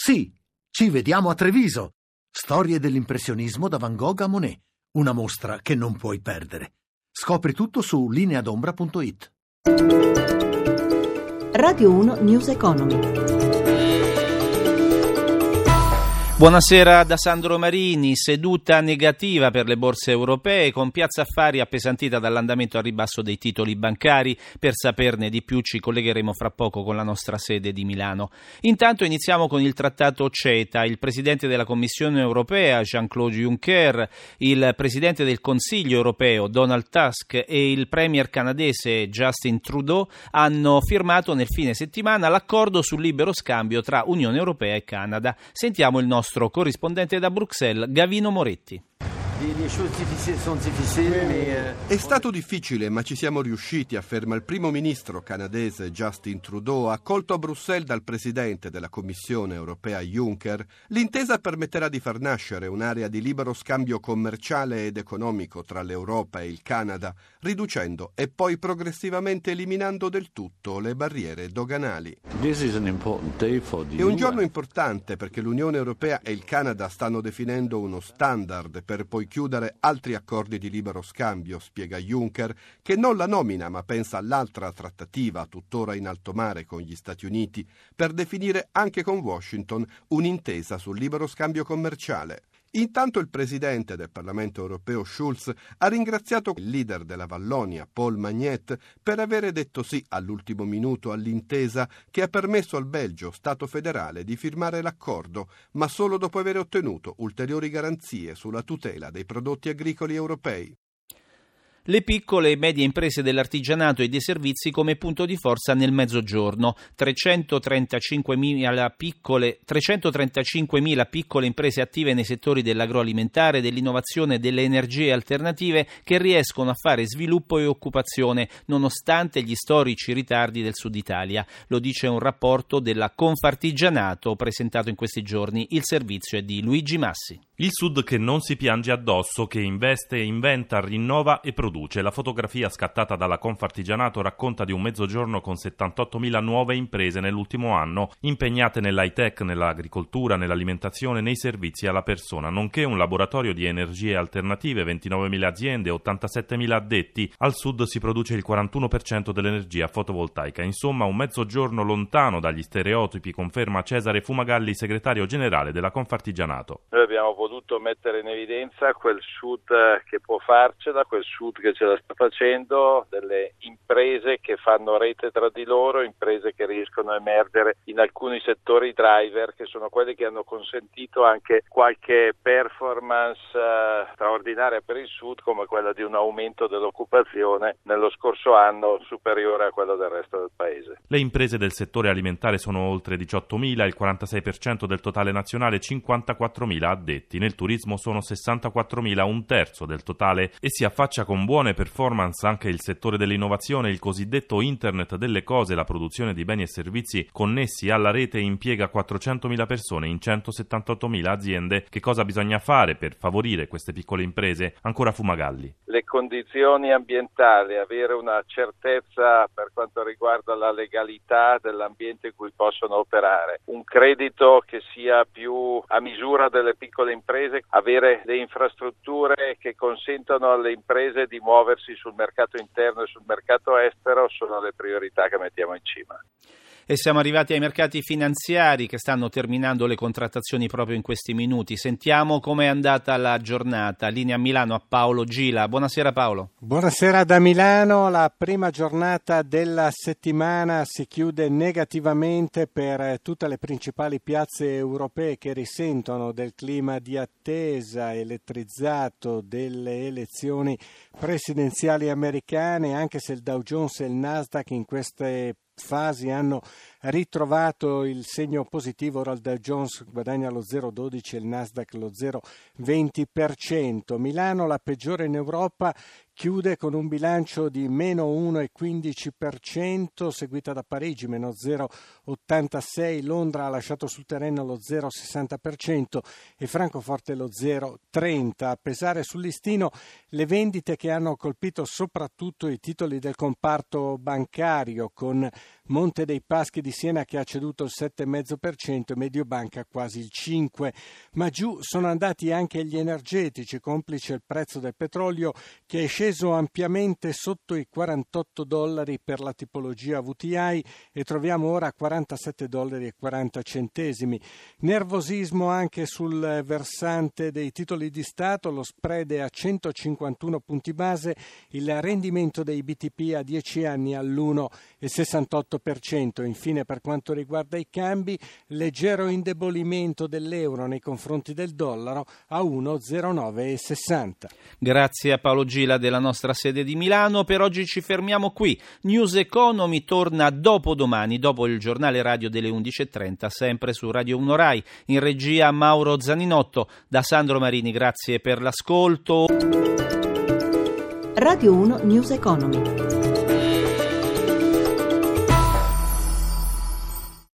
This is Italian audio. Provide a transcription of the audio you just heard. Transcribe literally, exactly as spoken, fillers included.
Sì, ci vediamo a Treviso. Storie dell'impressionismo da Van Gogh a Monet. Una mostra che non puoi perdere. Scopri tutto su lineadombra punto it. Radio uno News Economy. Buonasera da Sandro Marini. Seduta negativa per le borse europee, con Piazza Affari appesantita dall'andamento a ribasso dei titoli bancari. Per saperne di più ci collegheremo fra poco con la nostra sede di Milano. Intanto iniziamo con il trattato CETA. Il Presidente della Commissione europea Jean-Claude Juncker, il Presidente del Consiglio europeo Donald Tusk e il Premier canadese Justin Trudeau hanno firmato nel fine settimana l'accordo sul libero scambio tra Unione Europea e Canada. Sentiamo il nostro corrispondente da Bruxelles, Gavino Moretti. È stato difficile, ma ci siamo riusciti, afferma il primo ministro canadese Justin Trudeau, accolto a Bruxelles dal presidente della Commissione europea Juncker. L'intesa permetterà di far nascere un'area di libero scambio commerciale ed economico tra l'Europa e il Canada, riducendo e poi progressivamente eliminando del tutto le barriere doganali. È un giorno importante perché l'Unione Europea e il Canada stanno definendo uno standard per poi chiudere altri accordi di libero scambio, spiega Juncker, che non la nomina ma pensa all'altra trattativa tuttora in alto mare con gli Stati Uniti per definire anche con Washington un'intesa sul libero scambio commerciale. Intanto il presidente del Parlamento europeo Schulz ha ringraziato il leader della Vallonia, Paul Magnette, per avere detto sì all'ultimo minuto all'intesa che ha permesso al Belgio, Stato federale, di firmare l'accordo, ma solo dopo aver ottenuto ulteriori garanzie sulla tutela dei prodotti agricoli europei. Le piccole e medie imprese dell'artigianato e dei servizi come punto di forza nel Mezzogiorno. trecentotrentacinquemila piccole, trecentotrentacinquemila piccole imprese attive nei settori dell'agroalimentare, dell'innovazione e delle energie alternative che riescono a fare sviluppo e occupazione nonostante gli storici ritardi del Sud Italia. Lo dice un rapporto della Confartigianato presentato in questi giorni. Il servizio è di Luigi Massi. Il Sud che non si piange addosso, che investe, inventa, rinnova e produce. La fotografia scattata dalla Confartigianato racconta di un Mezzogiorno con settantottomila nuove imprese nell'ultimo anno, impegnate nell'high tech, nell'agricoltura, nell'alimentazione, nei servizi alla persona, nonché un laboratorio di energie alternative, ventinovemila aziende, ottantasettemila addetti. Al Sud si produce il quarantuno per cento dell'energia fotovoltaica. Insomma, un Mezzogiorno lontano dagli stereotipi, conferma Cesare Fumagalli, segretario generale della Confartigianato. Noi abbiamo potuto mettere in evidenza quel Sud che può farcela, quel Sud che ce la sta facendo, delle imprese che fanno rete tra di loro, imprese che riescono a emergere in alcuni settori driver, che sono quelli che hanno consentito anche qualche performance eh, straordinaria per il Sud, come quella di un aumento dell'occupazione nello scorso anno superiore a quello del resto del paese. Le imprese del settore alimentare sono oltre diciottomila, il quarantasei per cento del totale nazionale, cinquantaquattromila addetti. Nel turismo sono sessantaquattromila, un terzo del totale, e si affaccia con buone performance anche il settore dell'innovazione. Il cosiddetto Internet delle cose, la produzione di beni e servizi connessi alla rete, impiega quattrocentomila persone in centosettantottomila aziende. Che cosa bisogna fare per favorire queste piccole imprese? Ancora Fumagalli. Le condizioni ambientali, avere una certezza per quanto riguarda la legalità dell'ambiente in cui possono operare, un credito che sia più a misura delle piccole imprese, avere le infrastrutture che consentano alle imprese di muoversi sul mercato interno e sul mercato estero sono le priorità che mettiamo in cima. E siamo arrivati ai mercati finanziari che stanno terminando le contrattazioni proprio in questi minuti. Sentiamo com'è andata la giornata. Linea a Milano a Paolo Gila. Buonasera Paolo. Buonasera da Milano. La prima giornata della settimana si chiude negativamente per tutte le principali piazze europee che risentono del clima di attesa elettrizzato delle elezioni presidenziali americane, anche se il Dow Jones e il Nasdaq in queste fasi hanno ritrovato il segno positivo. Ora il Dow Jones guadagna lo zero virgola dodici e il Nasdaq lo zero virgola venti per cento. Milano, la peggiore in Europa, chiude con un bilancio di meno uno virgola quindici per cento, seguita da Parigi, meno zero virgola ottantasei, Londra ha lasciato sul terreno lo zero virgola sessanta per cento e Francoforte lo zero virgola trenta. A pesare sul listino le vendite che hanno colpito soprattutto i titoli del comparto bancario, con Monte dei Paschi di Siena che ha ceduto il sette virgola cinque per cento e Mediobanca quasi il cinque per cento. Ma giù sono andati anche gli energetici, complice il prezzo del petrolio che è sceso ampiamente sotto i quarantotto dollari per la tipologia V T I e troviamo ora quarantasette dollari e quaranta centesimi. Nervosismo anche sul versante dei titoli di Stato, lo spread è a centocinquantuno punti base, il rendimento dei B T P a dieci anni all'uno virgola sessantotto per cento. Infine, per quanto riguarda i cambi, leggero indebolimento dell'euro nei confronti del dollaro a uno virgola zero nove sessanta. Grazie a Paolo Gila della nostra sede di Milano. Per oggi ci fermiamo qui. News Economy torna dopodomani, dopo il giornale radio delle undici e trenta, sempre su Radio uno Rai. In regia Mauro Zaninotto. Da Sandro Marini, grazie per l'ascolto. Radio uno News Economy.